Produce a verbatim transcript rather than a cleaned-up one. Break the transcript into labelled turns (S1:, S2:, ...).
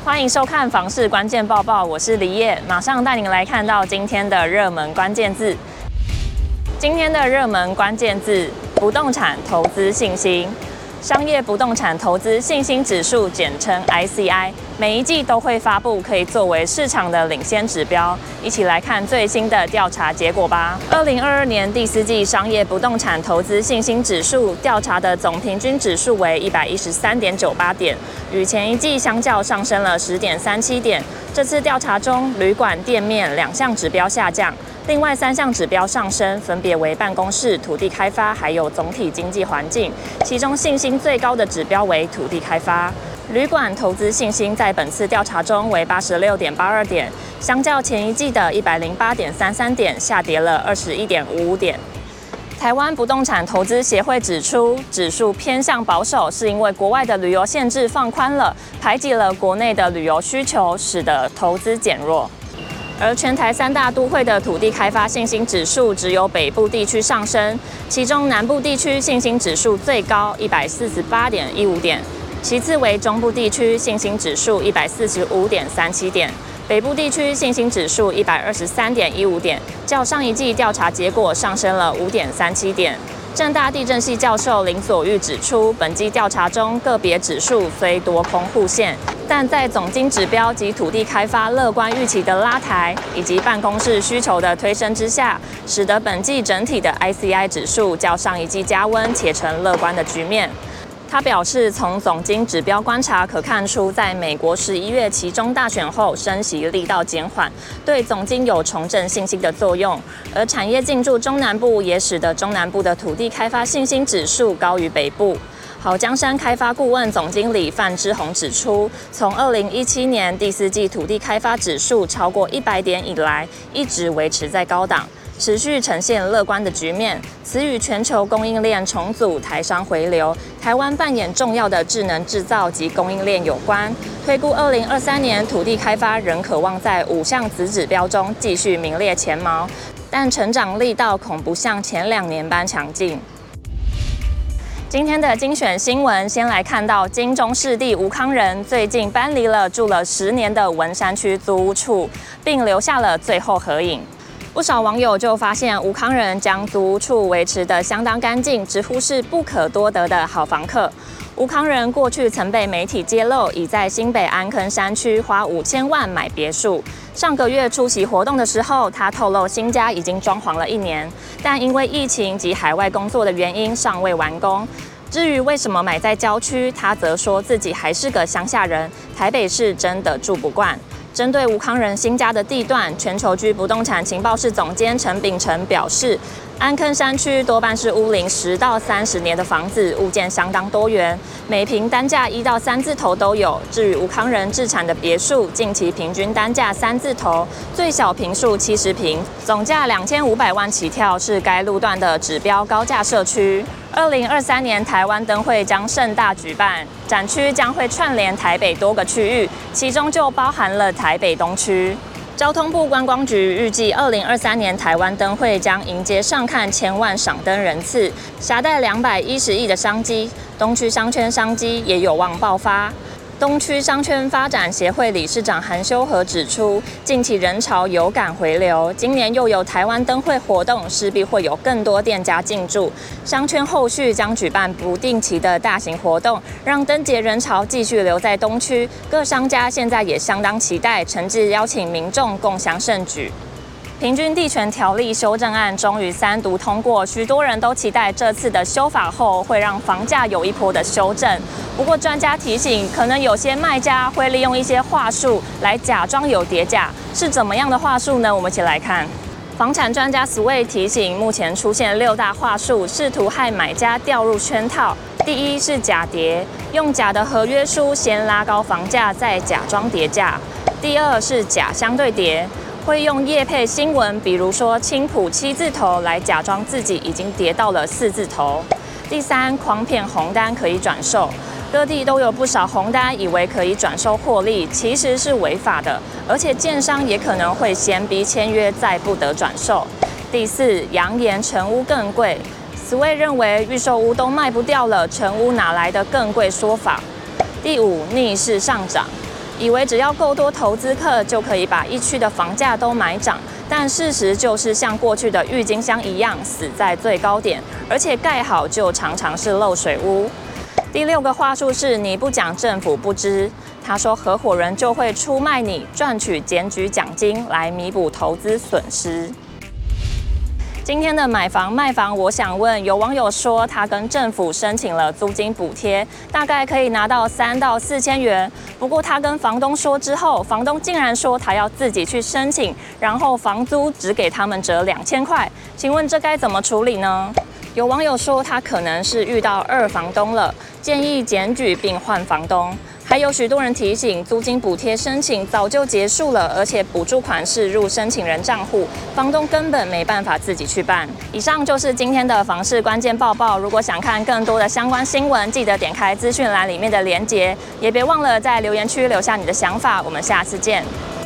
S1: 欢迎收看房市关键报报，我是李叶，马上带您来看到今天的热门关键字。今天的热门关键字：不动产投资信心。商业不动产投资信心指数，简称 I C I， 每一季都会发布，可以作为市场的领先指标。一起来看最新的调查结果吧。二零二二年第四季商业不动产投资信心指数调查的总平均指数为一百一十三点九八点，与前一季相较上升了十点三七点。这次调查中，旅馆、店面两项指标下降。另外三项指标上升，分别为办公室、土地开发，还有总体经济环境。其中信心最高的指标为土地开发。旅馆投资信心在本次调查中为八十六点八二点，相较前一季的一百零八点三三点，下跌了二十一点五五点。台湾不动产投资协会指出，指数偏向保守，是因为国外的旅游限制放宽了，排挤了国内的旅游需求，使得投资减弱。而全台三大都会的土地开发信心指数只有北部地区上升，其中南部地区信心指数最高一百四十八点一五点，其次为中部地区信心指数一百四十五点三七点，北部地区信心指数一百二十三点一五点，较上一季调查结果上升了五点三七点。政大地震系教授林所玉指出，本季调查中个别指数虽多空互现，但在总经指标及土地开发乐观预期的拉抬，以及办公室需求的推升之下，使得本季整体的 I C I 指数较上一季加温，且呈乐观的局面。他表示，从总经指标观察可看出，在美国十一月期中大选后，升息力道减缓，对总经有重振信心的作用。而产业进驻中南部，也使得中南部的土地开发信心指数高于北部。好江山开发顾问总经理范之宏指出，从二零一七年第四季土地开发指数超过一百点以来，一直维持在高档，持续呈现乐观的局面。此与全球供应链重组、台商回流、台湾扮演重要的智能制造及供应链有关。推估二零二三年土地开发仍可望在五项子指标中继续名列前茅，但成长力道恐不像前两年般强劲。今天的精选新闻，先来看到金钟市地吴康仁最近搬离了住了十年的文山区租屋处，并留下了最后合影。不少网友就发现吴康仁将租屋处维持得相当干净，直呼是不可多得的好房客。吴康仁过去曾被媒体揭露，已在新北安坑山区花五千万买别墅。上个月出席活动的时候，他透露新家已经装潢了一年，但因为疫情及海外工作的原因尚未完工。至于为什么买在郊区，他则说自己还是个乡下人，台北市真的住不惯。针对吴康仁新家的地段，全球居不动产情报室总监陈秉成表示，安坑山区多半是屋龄十到三十年的房子，物件相当多元，每坪单价一到三字头都有。至于吴康仁置产的别墅，近期平均单价三字头，最小坪数七十坪，总价两千五百万起跳，是该路段的指标高价社区。二零二三年台湾灯会将盛大举办，展区将会串联台北多个区域，其中就包含了台北东区。交通部观光局预计，二零二三年台湾灯会将迎接上看千万赏灯人次，携带两百一十亿的商机，东区商圈商机也有望爆发。东区商圈发展协会理事长韩修和指出，近期人潮有感回流，今年又有台湾灯会活动，势必会有更多店家进驻。商圈后续将举办不定期的大型活动，让灯节人潮继续留在东区。各商家现在也相当期待，诚挚邀请民众共襄盛举。平均地权条例修正案终于三读通过，许多人都期待这次的修法后会让房价有一波的修正。不过专家提醒，可能有些卖家会利用一些话术来假装有跌价，是怎么样的话术呢？我们一起来看。房产专家 Sway 提醒，目前出现六大话术，试图害买家掉入圈套。第一是假跌，用假的合约书先拉高房价，再假装跌价。第二是假相对跌，会用业配新闻，比如说青埔七字头来假装自己已经跌到了四字头。第三，诓骗红单可以转售。各地都有不少红单，以为可以转售获利，其实是违法的，而且建商也可能会先逼签约，再不得转售。第四，扬言成屋更贵。Sway 认为预售屋都卖不掉了，成屋哪来的更贵说法？第五，逆势上涨。 以为只要够多投资客就可以把一区的房价都买涨，但事实就是像过去的郁金香一样，死在最高点，而且盖好就常常是漏水屋。第六个话术是你不讲政府不知，他说合伙人就会出卖你，赚取检举奖金来弥补投资损失。今天的买房卖房，我想问，有网友说他跟政府申请了租金补贴，大概可以拿到三到四千元。不过他跟房东说之后，房东竟然说他要自己去申请，然后房租只给他们折两千块。请问这该怎么处理呢？有网友说他可能是遇到二房东了，建议检举并换房东。还有许多人提醒，租金补贴申请早就结束了，而且补助款是入申请人账户，房东根本没办法自己去办。以上就是今天的房市关键报报。如果想看更多的相关新闻，记得点开资讯栏里面的连结，也别忘了在留言区留下你的想法。我们下次见。